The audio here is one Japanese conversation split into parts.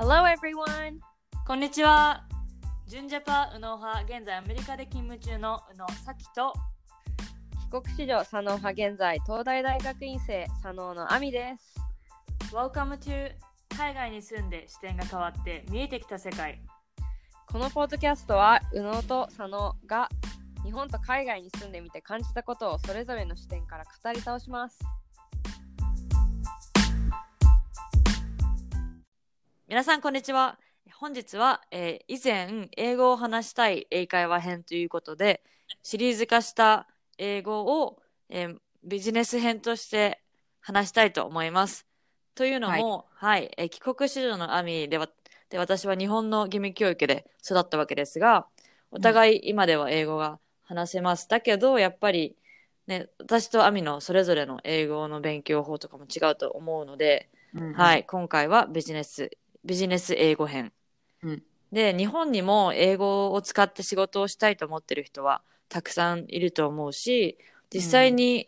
Hello everyone! こんにちは。純ジャパ右脳派、現在アメリカで勤務中の宇野咲と帰国子女左脳派、現在東大大学院生左脳の亜美です。 Welcome to 海外に住んで視点が変わって見えてきた世界。 このポッドキャストは右脳と左脳が日本と海外に住んでみて感じたことをそれぞれの視点から語り倒します。 皆さんこんにちは。本日は、以前英語を話したい英会話編ということでシリーズ化した英語を、ビジネス編として話したいと思います。というのも、帰国子女の亜美で私は日本の義務教育で育ったわけですが、お互い今では英語が話せます。だけどやっぱりね、私と亜美のそれぞれの英語の勉強法とかも違うと思うので、今回はビジネス英語編、で、日本にも英語を使って仕事をしたいと思ってる人はたくさんいると思うし、実際に、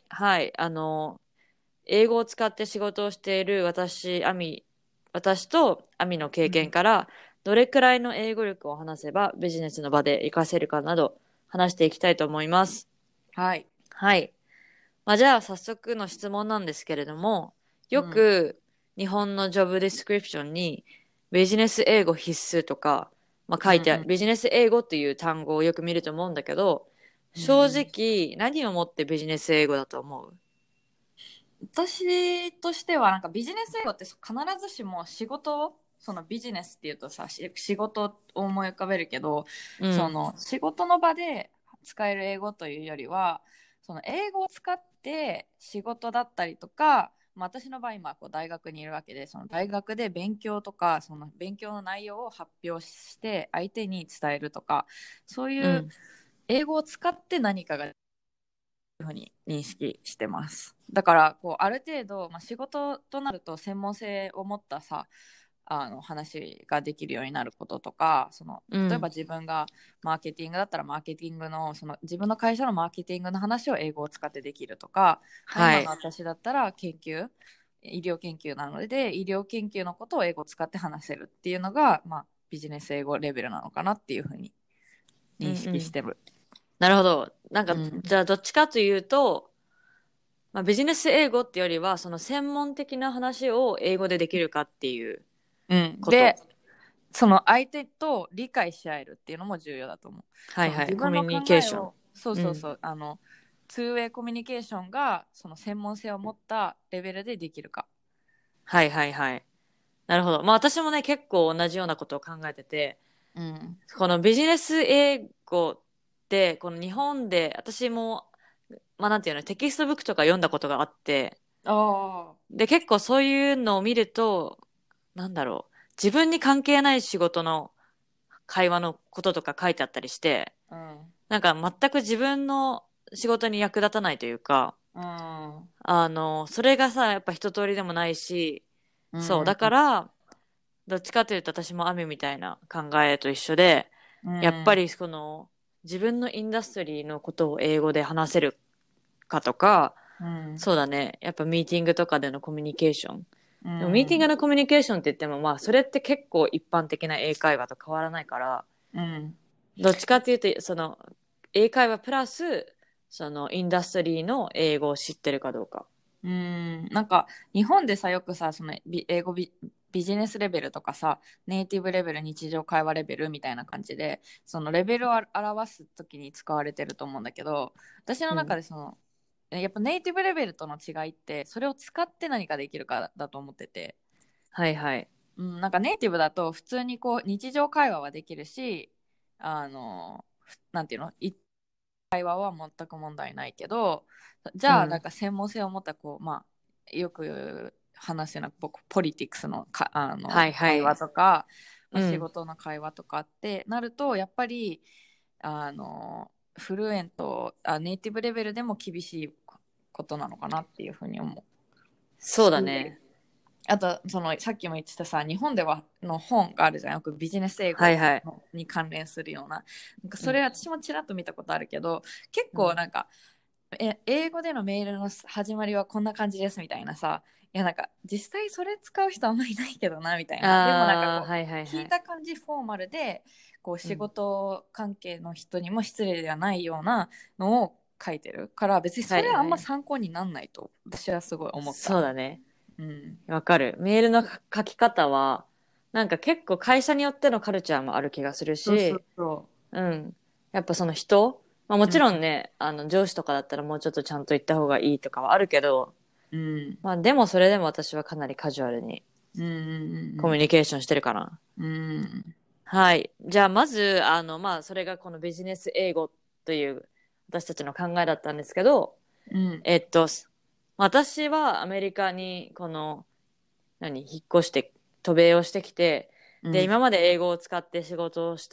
英語を使って仕事をしている私と亜美の経験から、どれくらいの英語力を話せばビジネスの場で活かせるかなど話していきたいと思います。 はい。 じゃあ早速の質問なんですけれども、よく日本のジョブディスクリプションにビジネス英語必須とか、書いてある、ビジネス英語っていう単語をよく見ると思うんだけど、正直何をもってビジネス英語だと思う？ 私としてはなんかビジネス英語って必ずしも仕事、そのビジネスっていうとさ、仕事を思い浮かべるけど、その仕事の場で使える英語というよりは、その英語を使って仕事だったりとか、私の場合今大学にいるわけで、その大学で勉強とか、その勉強の内容を発表して相手に伝えるとか、そういう英語を使って何かがふうに認識してます。だからある程度、仕事となると専門性を持った話ができるようになることとか、例えば自分がマーケティングだったらマーケティングの自分の会社のマーケティングの話を英語を使ってできるとか、今の私だったら医療研究なので医療研究のことを英語を使って話せるっていうのが、ビジネス英語レベルなのかなっていうふうに認識してる。 なるほど。じゃあどっちかというと、ビジネス英語ってよりはその専門的な話を英語でできるかっていうこと。 で、その相手と理解し合えるっていうのも重要だと思う。 コミュニケーション。 ツーウェイコミュニケーションがその専門性を持ったレベルでできるか。 なるほど。私もね、結構同じようなことを考えてて、このビジネス英語ってこの日本で私もなんていうの、テキストブックとか読んだことがあって、で結構そういうのを見ると、自分に関係ない仕事の会話のこととか書いてあったりして、全く自分の仕事に役立たないというか、それがさ、やっぱ一通りでもないし、そうだからどっちかというと私もアミみたいな考えと一緒で、やっぱりこの自分のインダストリーのことを英語で話せるかとか、そうだね、やっぱミーティングとかでのコミュニケーション、でもミーティングのコミュニケーションって言ってもそれって結構一般的な英会話と変わらないから、どっちかっていうとその英会話プラスそのインダストリーの英語を知ってるかどうか。 日本でさ、よくさ、その英語ビジネスレベルとかさ、ネイティブレベル、日常会話レベルみたいな感じで、そのレベルを表すときに使われてると思うんだけど、私の中でやっぱネイティブレベルとの違いってそれを使って何かできるかだと思ってて、ネイティブだと普通に日常会話はできるし、なんていうの、会話は全く問題ないけど、じゃあ専門性を持ったよく話すようなポリティクスの会話とか、仕事の会話とかってなると、やっぱりフルエントネイティブレベルでも厳しいことなのかなっていうふうに思う。 そうだね。 あとさっきも言ってたさ、日本ではの本があるじゃん、よくビジネス英語に関連するような、それ私もちらっと見たことあるけど、結構英語でのメールの始まりはこんな感じですみたいなさ、いやなんか実際それ使う人あんまりいないけどなみたいな。でもなんかこう、 はいはいは聞いい。 た感じフォーマルでこう仕事関係の人にも失礼ではないようなのを書いてるから別にそれはあんま参考になんないと私はすごい思った。 そうだね。 うん。 わかる。メールの書き方は、なんか結構会社によってのカルチャーもある気がするそうそうし、 そうん。やっぱその人、まあもう。 ちろんね、上司とかだったらもうちょっとちゃんと言った方がいいとかはあるけど、 うん。 まあでもそれでも私はかなりカジュアルにうんうんコミュニケーションしてるかな。 うん。うん。 はい。じゃあまず、まあそれがこのビジネス英語という私たちの考えだったんですけど、 うん。 私はアメリカに引っ越して渡米をしてきて、で、 うん。 今まで英語を使って仕事を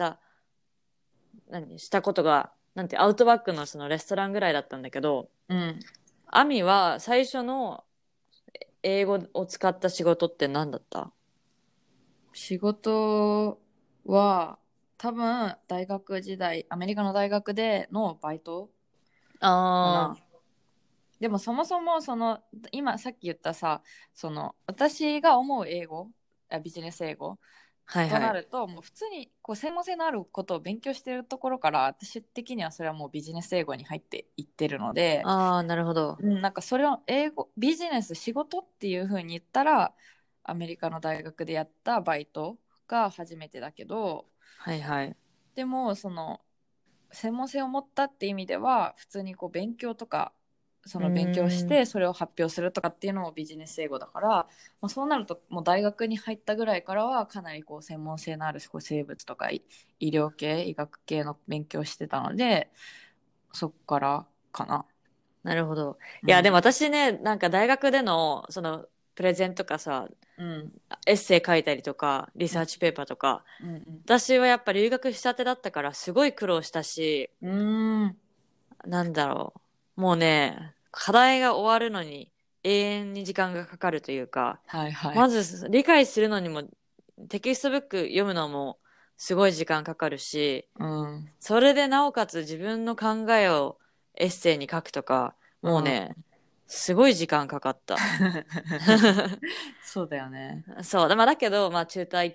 したことが、アウトバックのそのレストランぐらいだったんだけど、 うん。 アミは最初の英語を使った仕事って何だった？ 仕事は多分大学時代アメリカの大学でのバイトかああ、 な。でもそもそもその今さっき言ったさ、その私が思う英語、ビジネス英語とはいはい。 なるともう普通にこう専門性のあることを勉強してるところから私的にはそれはもうビジネス英語に入っていってるので、 ああ、なるほど。 なんかそれを英語ビジネス仕事っていう風に言ったらアメリカの大学でやったバイトが初めてだけど、 はいはい。 でもその専門性を持ったって意味では普通にこう勉強とかそうの勉強しーん。 てそれを発表するとかっていうのもビジネス英語だから、まあ、そうなるともう大学に入ったぐらいからはかなりこう専門性のあるこう生物とか医療系医学系の勉強してたのでそっからかな。 なるほど。いや、でもうん。 私ね、大学での、プレゼンとかさ、 うんエッセイ書いたりとか、リサーチペーパーとか、 うん私はやっぱ留学したてだったからすごい苦労したし、 うん。うーん。 なんだろう。もうね、課題が終わるのに永遠に時間がかかるというか、 はいはい。 まず理解するのにも、テキストブック読むのもすごい時間かかるし、 うん。 それでなおかつ自分の考えをエッセイに書くとか、 うん。 もうね、すごい時間かかった。 そうだよね。 そう。だけど、まあ、中退行って、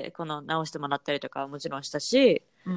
直してもらったりとかはもちろんしたし、 うん。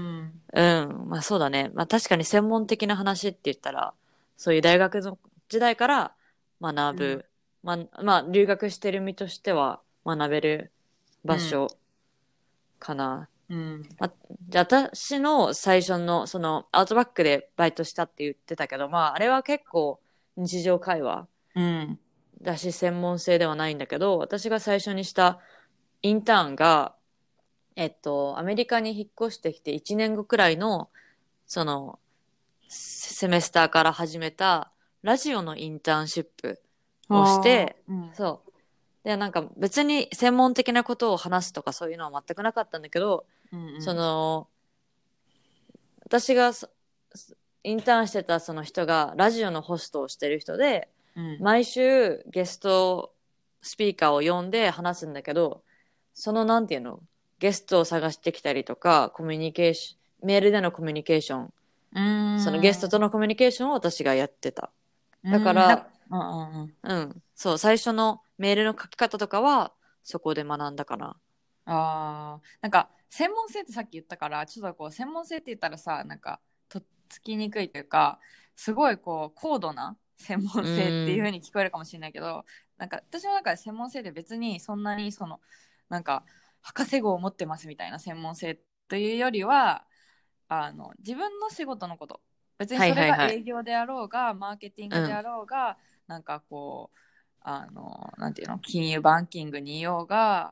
うん。まあ、そうだね。まあ、確かに専門的な話って言ったら、そういう大学の時代から学うんぶ。まあ、留学してる身としては学べる場所かな。 うん。 まあ、じゃあ、私の最初の、アウトバックでバイトしたって言ってたけど、まあ、あれは結構日常会話うん。 だし、専門性ではないんだけど、私が最初にしたインターンが、アメリカに引っ越してきて1年後くらいの、その、セメスターから始めたラジオのインターンシップをしああ。 て、 うん。 そう。で、別に専門的なことを話すとかそういうのは全くなかったんだけど、 うんうそん。 の、私がインターンしてたその人がラジオのホストをしてる人で、 うん。 毎週ゲストスピーカーを呼んで話すんだけど、なんていうの、ゲストを探してきたりとか、コミュニケーション、メールでのコミュニケーション、 うーそのゲストとん。 のコミュニケーションを私がやってた。だかうん。 ら、 うんうんうん。 うん、そう、最初のメールの書き方とかは、そこで学んだかな。 ああ。なんか、専門性ってさっき言ったから、ちょっとこう、専門性って言ったらさ、なんか、とっつきにくいというか、すごいこう、高度な専門う性っていう風ん、 に聞こえるかもしれないけど、なんか、私の中で専門性って別にそんなになんか、博士号を持ってますみたいな専門性というよりは、自分の仕事のこと別にはいそれがはいはい。 営業であろうがマーケティングであうん、 ろうがなんかこうなんていうの金融バンキングにいようが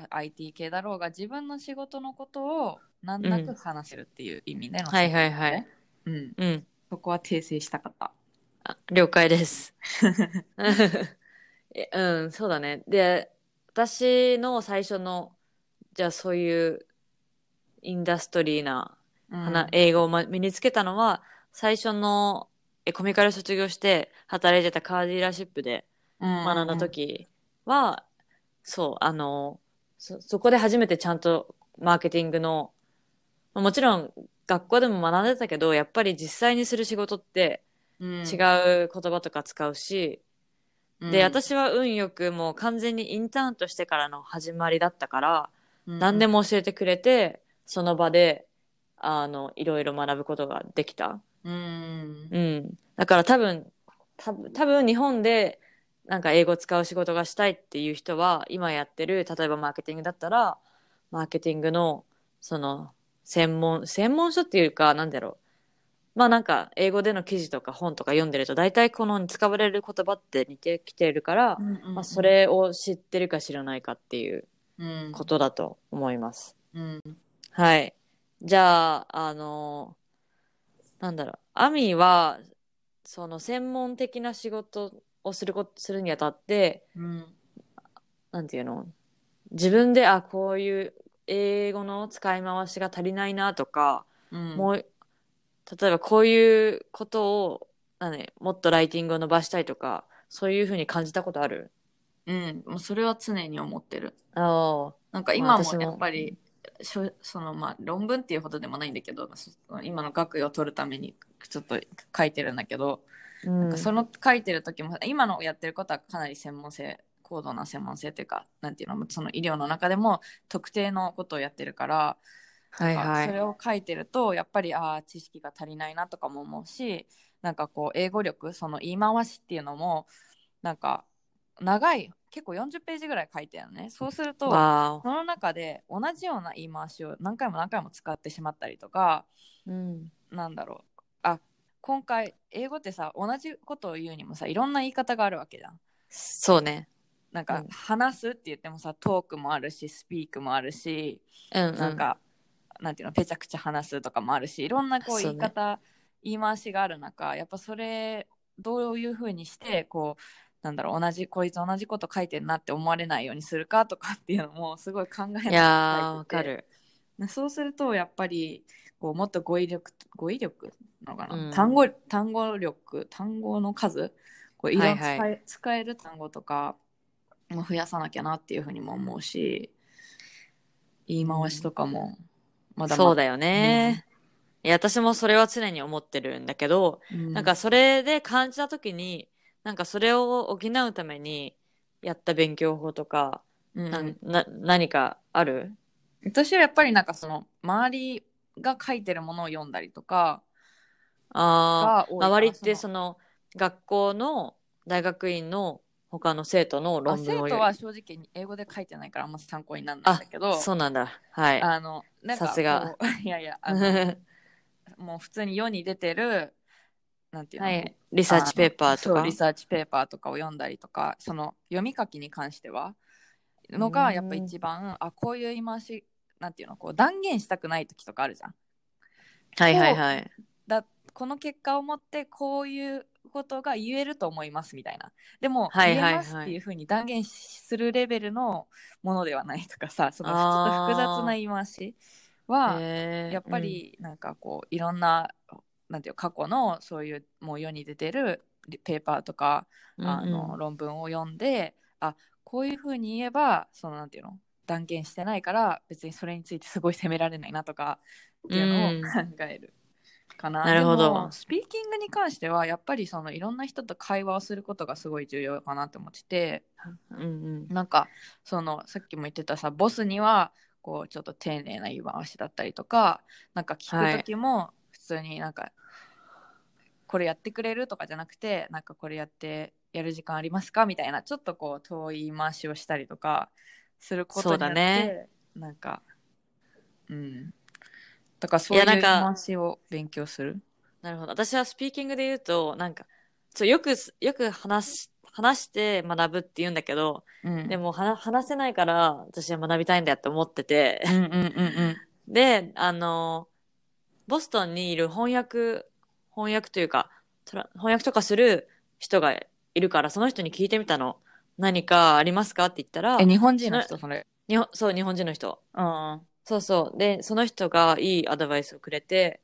IT 系だろうが自分の仕事のことを難なくうん。 話せるっていう意味でのはい専はいはい。 門性、うん、 うん。 そこは訂正したかった。 了解です。うん、そうだね。で、私の最初の、じゃあそういうインダストリーなうん英語を身につけたのは、最初のコミカル卒業して働いてたカーディーラーシップでうんう学んだんうん時は、そう、そこで初めてちゃんとマーケティングの、もちろん学校でも学んでたけど、やっぱり実際にする仕事って、 違う言葉とか使うし、で、私は運よくもう完全にインターンとしてからの始まりだったから、何でも教えてくれて、その場で、いろいろ学ぶことができた。だから多分日本でなんか英語使う仕事がしたいっていう人は、今やってる、例えばマーケティングだったら、マーケティングの、その、専門書っていうか、なんだろう。まあなんか、英語での記事とか本とか読んでると、大体この使われる言葉って似てきてるから、まあそれを知ってるか知らないかっていうことだと思います。はい。じゃあ、なんだろう。アミは、その専門的な仕事をするにあたって、なんていうの、自分で、こういう英語の使い回しが足りないなとか、もう、例えばこういうことを、もっとライティングを伸ばしたいとか、そういうふうに感じたことある？ もうそれは常に思ってる。 なんか今もやっぱり、論文っていうほどでもないんだけど、今の学位を取るためにちょっと書いてるんだけど、なんかその書いてる時も今のやってることはかなり高度な専門性というか、なんていうの、その医療の中でも特定のことをやってるから、なんかそれを書いてるとやっぱり知識が足りないなとかも思うし、なんかこう英語力、その言い回しっていうのもなんか長い、結構40ページぐらい書いてあるね。そうするとその中で同じような言い回しを何回も何回も使ってしまったりとか、なんだろう、今回英語ってさ、同じことを言うにもさ、いろんな言い方があるわけじゃん。 そうね。 なんか話すって言ってもさ、トークもあるしスピークもあるし、なんかなんていうの、ぺちゃくちゃ話すとかもあるし、いろんなこう言い方、言い回しがある中、やっぱそれどういう風にしてこう、なんだろう、こいつ同じこと書いてるなって思われないようにするかとかっていうのもすごい考えながら書いてて、わかる。そうするとやっぱりこうもっと語彙力のかな、単語力、単語の数、こういろんな使える単語とかも増やさなきゃなっていうふうにも思うし、言い回しとかもまだまだ。 そうだよね。いや、私もそれは常に思ってるんだけど、なんかそれで感じたときに、なんかそれを補うためにやった勉強法とか、何かある？ 私はやっぱりなんかその周りが書いてるものを読んだりとかが多いかな。 周りってその学校の大学院の他の生徒の論文を生徒は正直に英語で書いてないからあんま参考にならないんだけど。 そうなんだ。はい。 なんかさすが。 いやいや、もう普通に世に出てる、なんていうの、 リサーチペーパーとか。 そう、リサーチペーパーとかを読んだりとか、その読み書きに関してはのがやっぱ一番、こういう言い回し、なんていうの、こう断言したくない時とかあるじゃん。この結果をもってこういうことが言えると思いますみたいな。でも、言えますっていうふうに断言するレベルのものではないとかさ、そのちょっと複雑な言い回しは、やっぱりなんかこういろんな、なんていう過去のそういうもう世に出てるペーパーとか、論文を読んで、こういうふうに言えば、そのなんていうの、断言してないから別にそれについてすごい責められないなとかっていうのを考える。かな。なるほど。でもスピーキングに関してはやっぱりそのいろんな人と会話をすることがすごい重要かなって思ってて、なんかそのさっきも言ってたさ、ボスにはこうちょっと丁寧な言い回しだったりとか、なんか聞く時も普通になんか、これやってくれるとかじゃなくて、なんかこれやる時間ありますかみたいな、ちょっとこう遠い言い回しをしたりとかすることによって、なんかだからそういう言い回しを勉強する。 なるほど。私はスピーキングで言うと、なんか、よく話して学ぶって言うんだけど、でも話せないから私は学びたいんだよって思ってて。で、ボストンにいる翻訳というか、翻訳とかする人がいるから、その人に聞いてみたの。何かありますかって言ったら。 日本人の人それ。 そう、日本人の人。そうそう。で、その人がいいアドバイスをくれて、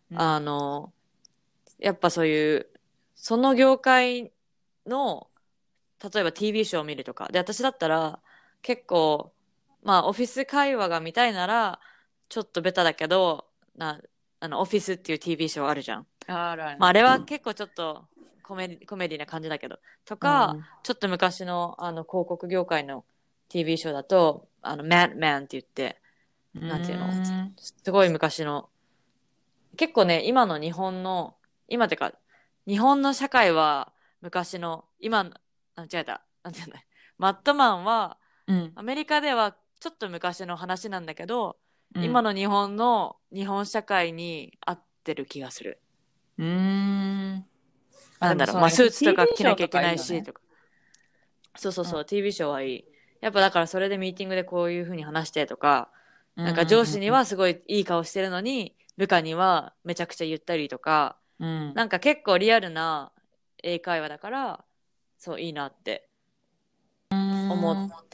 やっぱそういう、その業界の、例えば TV ショーを見るとか。で、私だったら、結構、まあ、オフィス会話が見たいなら、ちょっとベタだけど、オフィスっていう TV ショーあるじゃん。 あるある。 まあ、あれは結構ちょっとコメディな感じだけど。とか、ちょっと昔の広告業界の TV ショーだと、マッドマンって言って、なんていうの、すごい昔の、結構ね、今ってか、日本の社会は昔の、違えた、なんていうんだ、マッドマンは、アメリカではちょっと昔の話なんだけど、今の日本社会に合ってる気がする。なんだろう、まあ、スーツとか着なきゃいけないし、とか。そうそうそう、TV ショーはいい。やっぱだからそれでミーティングでこういう風に話してとか、なんか上司にはすごいいい顔してるのに、部下にはめちゃくちゃ言ったりとか、なんか結構リアルな英会話だから、そういいなって思って、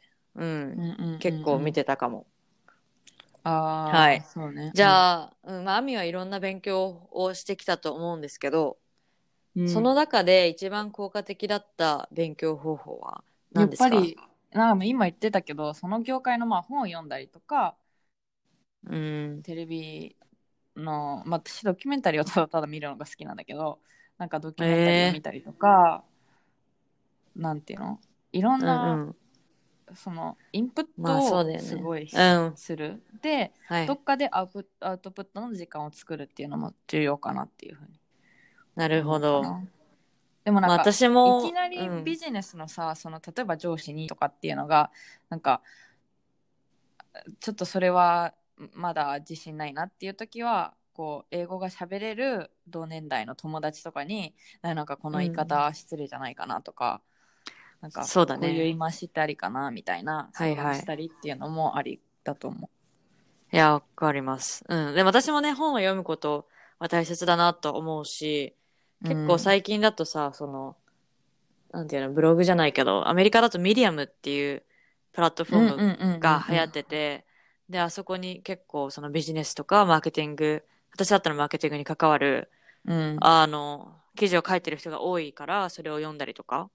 結構見てたかも。はい。 そうね。 じゃあ、まあ、アミはいろんな勉強をしてきたと思うんですけど、その中で一番効果的だった勉強方法はや何ですか？ っぱり、なんか今言ってたけど、その業界のまあ本を読んだりとか、テレビの、まあ、私ドキュメンタリーをただただ見るのが好きなんだけど、なんかドキュメンタリーを見たりとか、なんていうの、いろんな、そのインプットをすごいする。で、どっかでアウトプットの時間を作るっていうのも重要かなっていうふうに。 なるほど。 でもなんか、 私もいきなりビジネスのさ、その例えば上司にとかっていうのが、なんか、ちょっとそれはまだ自信ないなっていう時は、こう英語が喋れる同年代の友達とかに、なんかこの言い方失礼じゃないかなとか、なんかそうだね、 こういう言い回しってありかなみたいな相談したりっていうのもありだと思う。 いや、わかります。でも私もね、本を読むことは大切だなと思うし、結構最近だとさ、なんていうの、ブログじゃないけど、アメリカだとミディアムっていうプラットフォームが流行ってて、で、あそこに結構そのビジネスとかマーケティング、私だったらマーケティングに関わる、記事を書いてる人が多いから、それを読んだりとか、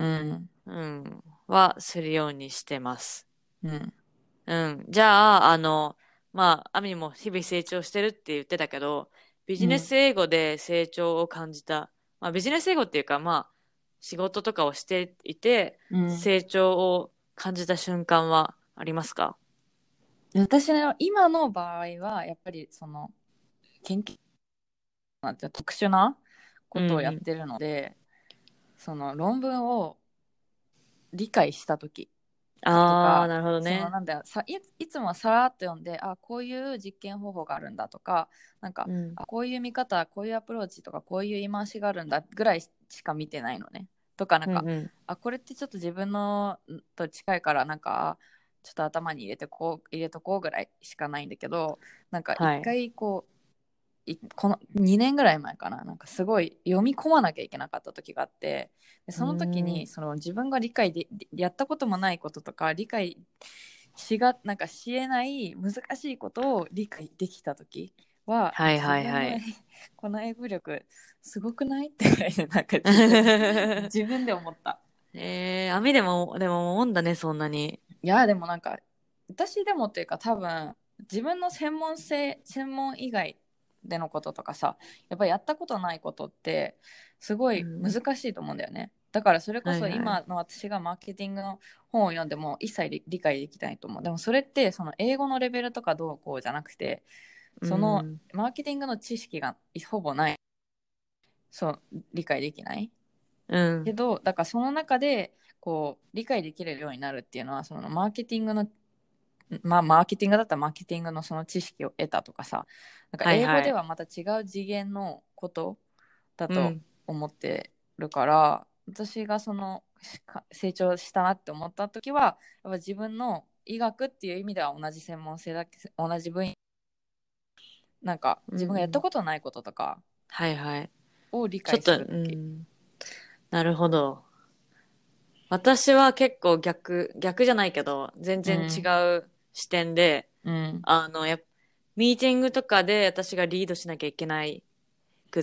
はするようにしてます。じゃあ、まあ、アミも日々成長してるって言ってたけど、ビジネス英語で成長を感じた。まあ、ビジネス英語っていうか、まあ、仕事とかをしていて、成長を感じた瞬間はありますか？ 私の今の場合は、やっぱりその、研究なんて特殊なことをやってるので、その論文を理解した時とか、 なるほどね。 そのなんだいつもはさらっと読んで、こういう実験方法があるんだとか、なんか、こういう見方、こういうアプローチとか、こういう言い回しがあるんだぐらいしか見てないのね。とか、なんか、これってちょっと自分のと近いから、なんか、ちょっと頭に入れとこうぐらいしかないんだけど、なんか一回こう、この2年ぐらい前かな、なんかすごい読み込まなきゃいけなかった時があって、でその時にその自分が理解でやったこともないこととか理解なんかしえない難しいことを理解できた時は、この英語力すごくないってなんか自分で思った。 網でも思うんだね、そんなに。 いやでもなんか私でもっていうか多分自分の専門以外でのこととかさ、やっぱりやったことないことってすごい難しいと思うんだよね。だからそれこそ今の私がマーケティングの本を読んでも一切理解できないと思う。でもそれってその英語のレベルとかどうこうじゃなくて、そのマーケティングの知識がほぼない、そう理解できない、けどだからその中でこう理解できるようになるっていうのは、そのマーケティングのマーケティングだったらマーケティングのその知識を得たとかさ、なんか英語ではまた違う次元のことだと思ってるから、私がその成長したなって思った時は、やっぱ自分の医学っていう意味では同じ専門性だけ同じ分野、なんか自分がやったことないこととかを理解する時、 なるほど。私は結構逆じゃないけど、全然違う視点で、ミーティングとかで私がリードしなきゃいけないくって、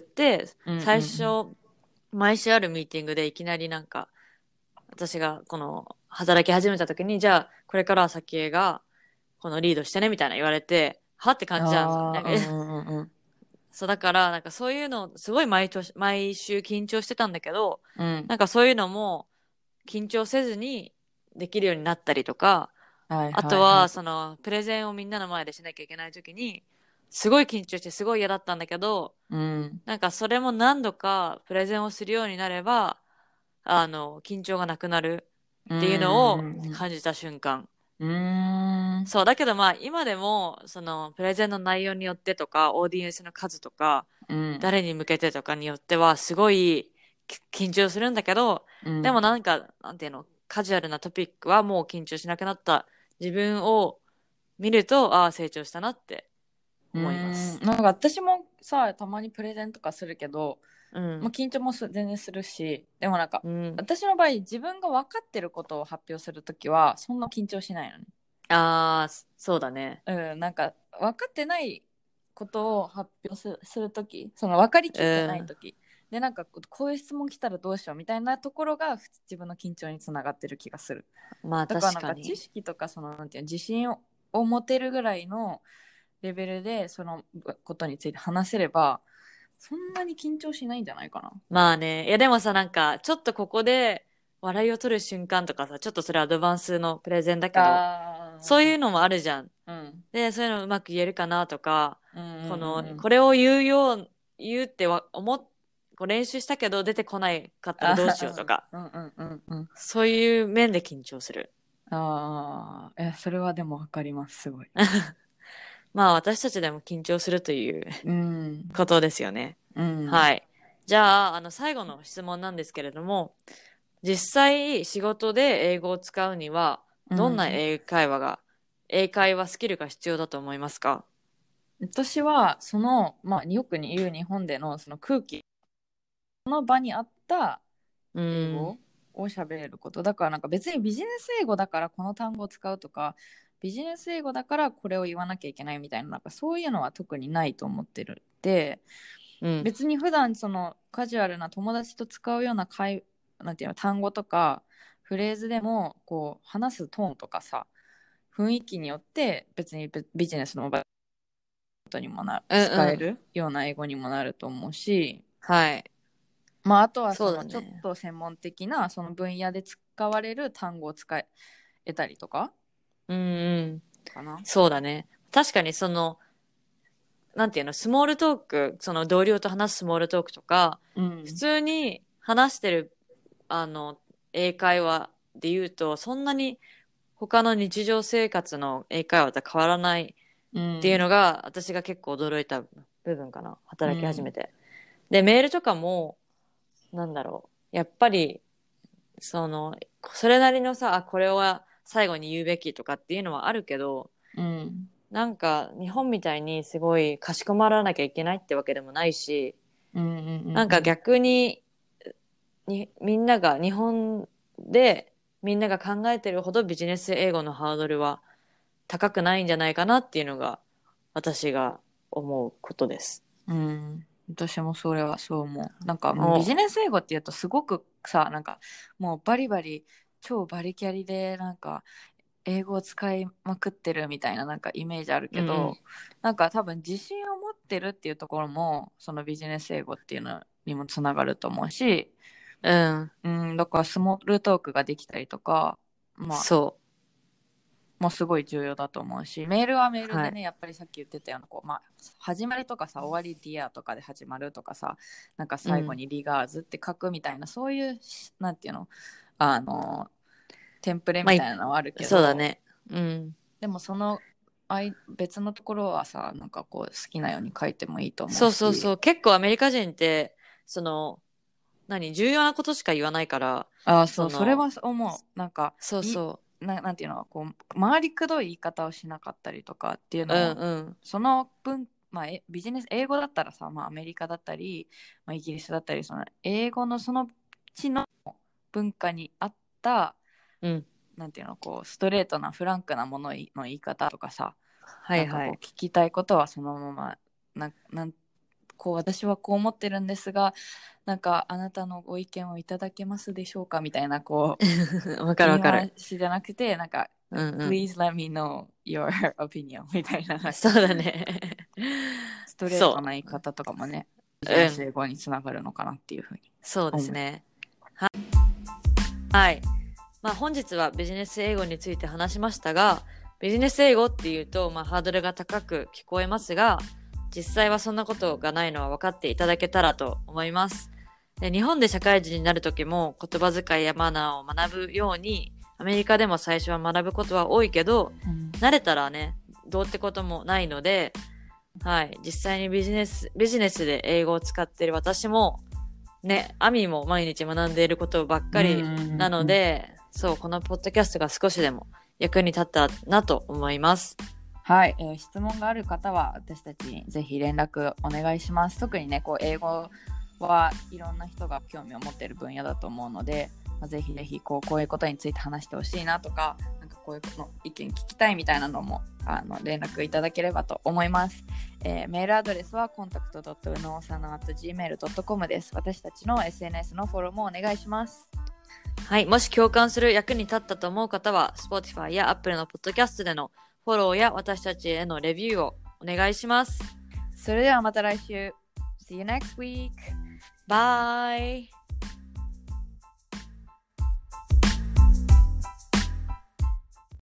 最初、毎週あるミーティングでいきなりなんか、私がこの働き始めた時に、じゃあこれからは先へがこのリードしてねみたいな言われて、はって感じじゃん。 そうだからなんかそういうのすごい毎週緊張してたんだけど、 うんなんかそういうのも緊張せずにできるようになったりとか、 はいあとはいはい。 はそのプレゼンをみんなの前でしなきゃいけない時にすごい緊張してすごい嫌だったんだけど、 うんなんかそれも何度かプレゼンをするようになれば緊張がなくなるうっていうのをん感じた瞬間。 うんうん。 そうだけどまあ今でもそのプレゼンの内容によってとかオーディエンスの数とかうん誰に向けてとかによってはすごい緊張するんだけど、 うんでもなんかなんていうの、カジュアルなトピックはもう緊張しなくなった自分を見ると、ああ成長したなって思います。 なんか私もさ、たまにプレゼンとかするけど、まあ、 うん緊張も全然するし、でもなんか、 うん私の場合、自分が分かってることを発表するときは、そんな緊張しないのね。 ああそうだね。 なんか、分かってないことを発表するとき、その分かりきってないとき、で、なんか、こういう質問来たらどうしようみたいなところが、自分の緊張につながってる気がする。 まあだからなんか、 確かに。 知識とか、なんていうの、自信を持てるぐらいのレベルで、そのことについて話せれば、そんなに緊張しないんじゃないかな。 まあね。いやでもさ、なんか、ちょっとここで笑いを取る瞬間とかさ、ちょっとそれアドバンスのプレゼンだけど、そういうのもあるじゃん。 うん。 で、そういうのうまく言えるかなとか、 うんこれを言うってこう練習したけど出てこないかったらどうしようとか、そういう面で緊張する。 ああ、それはでもわかります、すごい。 まあ私たちでも緊張するといううん。 ことですよね。 うん。 はい。じゃあ、最後の質問なんですけれども、実際仕事で英語を使うには、どんな英会話スキルが必要だと思いますか？ 私は、まあ、よく言う日本でのその空気、その場にあったう英ん。 語を喋れること。だからなんか別にビジネス英語だからこの単語を使うとか、ビジネス英語だからこれを言わなきゃいけないみたいな、なんかそういうのは特にないと思ってる。で、 うん。 別に普段カジュアルな友達と使うようななんていうの、単語とかフレーズでもこう話すトーンとかさ、雰囲気によって別にビジネスの場にも使えるような英語にもなると思うし、 はい。 まあ、あとはそうだね。 ちょっと専門的なその分野で使われる単語を使えたりとかうんうん。 かな。 そうだね。確かになんていうの、スモールトーク、その同僚と話すスモールトークとか、普通に話してる、英会話で言うと、そんなに他の日常生活の英会話と変わらないっていうのが、私が結構驚いた部分かな。働き始めて。で、メールとかも、なんだろう。やっぱり、それなりのさ、これは最後に言うべきとかっていうのはあるけど、なんか日本みたいにすごいかしこまらなきゃいけないってわけでもないし、なんか逆にみんなが日本でみんなが考えてるほどビジネス英語のハードルは高くないんじゃないかなっていうのが私が思うことです。 私もそれはそう思う。なんかビジネス英語って言うとすごくさ、なんかもうバリバリ超バリキャリでなんか英語を使いまくってるみたいななんかイメージあるけど、なんか多分自信を持ってるっていうところもそのビジネス英語っていうのにもつながると思うし、だからスモールトークができたりとか、まあもうすごい重要だと思うし、メールはメールでね、やっぱりさっき言ってたようなまあ、始まりとかさ、終わりディアとかで始まるとかさ、なんか最後にリガーズって書くみたいな、そういうなんていうの、テンプレみたいなのはあるけど、 そうだね。 でも別のところはさ、なんかこう好きなように書いてもいいと思うし。 そう。結構アメリカ人って重要なことしか言わないから。 それは思う。なんかなんていうの、こう回りくどい言い方をしなかったりとかっていうのを、そのまあ、ビジネス英語だったらさ、まあ、アメリカだったり、まあ、イギリスだったり、その英語のその地の文化に合った、なんていうの、こうストレートなフランクなものの言い方とかさ、なんかこう聞きたいことはそのままこう私はこう思ってるんですが、なんかあなたのご意見をいただけますでしょうかみたいな、こうわかるわかる。 言い回しじゃなくて、なんか、Please let me know your opinion みたいな。 そうだね。 ストレートな言い方とかもね、ビジネス英語につながるのかなっていうふうに。 そうですね。はい。まあ本日はビジネス英語について話しましたが、ビジネス英語っていうと、ハードルが高く聞こえますが、実際はそんなことがないのは分かっていただけたらと思います。で、日本で社会人になるときも言葉遣いやマナーを学ぶように、アメリカでも最初は学ぶことは多いけど、慣れたらね、どうってこともないので、はい、実際にビジネスで英語を使っている私も、ね、アミも毎日学んでいることばっかりなので、そう、このポッドキャストが少しでも役に立ったなと思います。 はい、質問がある方は私たちにぜひ連絡お願いします。特にね、英語はいろんな人が興味を持っている分野だと思うので、ぜひぜひこういうことについて話してほしいなとか、なんかこういうの意見聞きたいみたいなのも連絡いただければと思います。メールアドレスは contact.unosana@gmail.com です。私たちの SNS のフォローもお願いします。 はい、もし共感する役に立ったと思う方は Spotify や Apple のポッドキャストでのフォローや私たちへのレビューをお願いします。 それではまた来週。See you next week. Bye!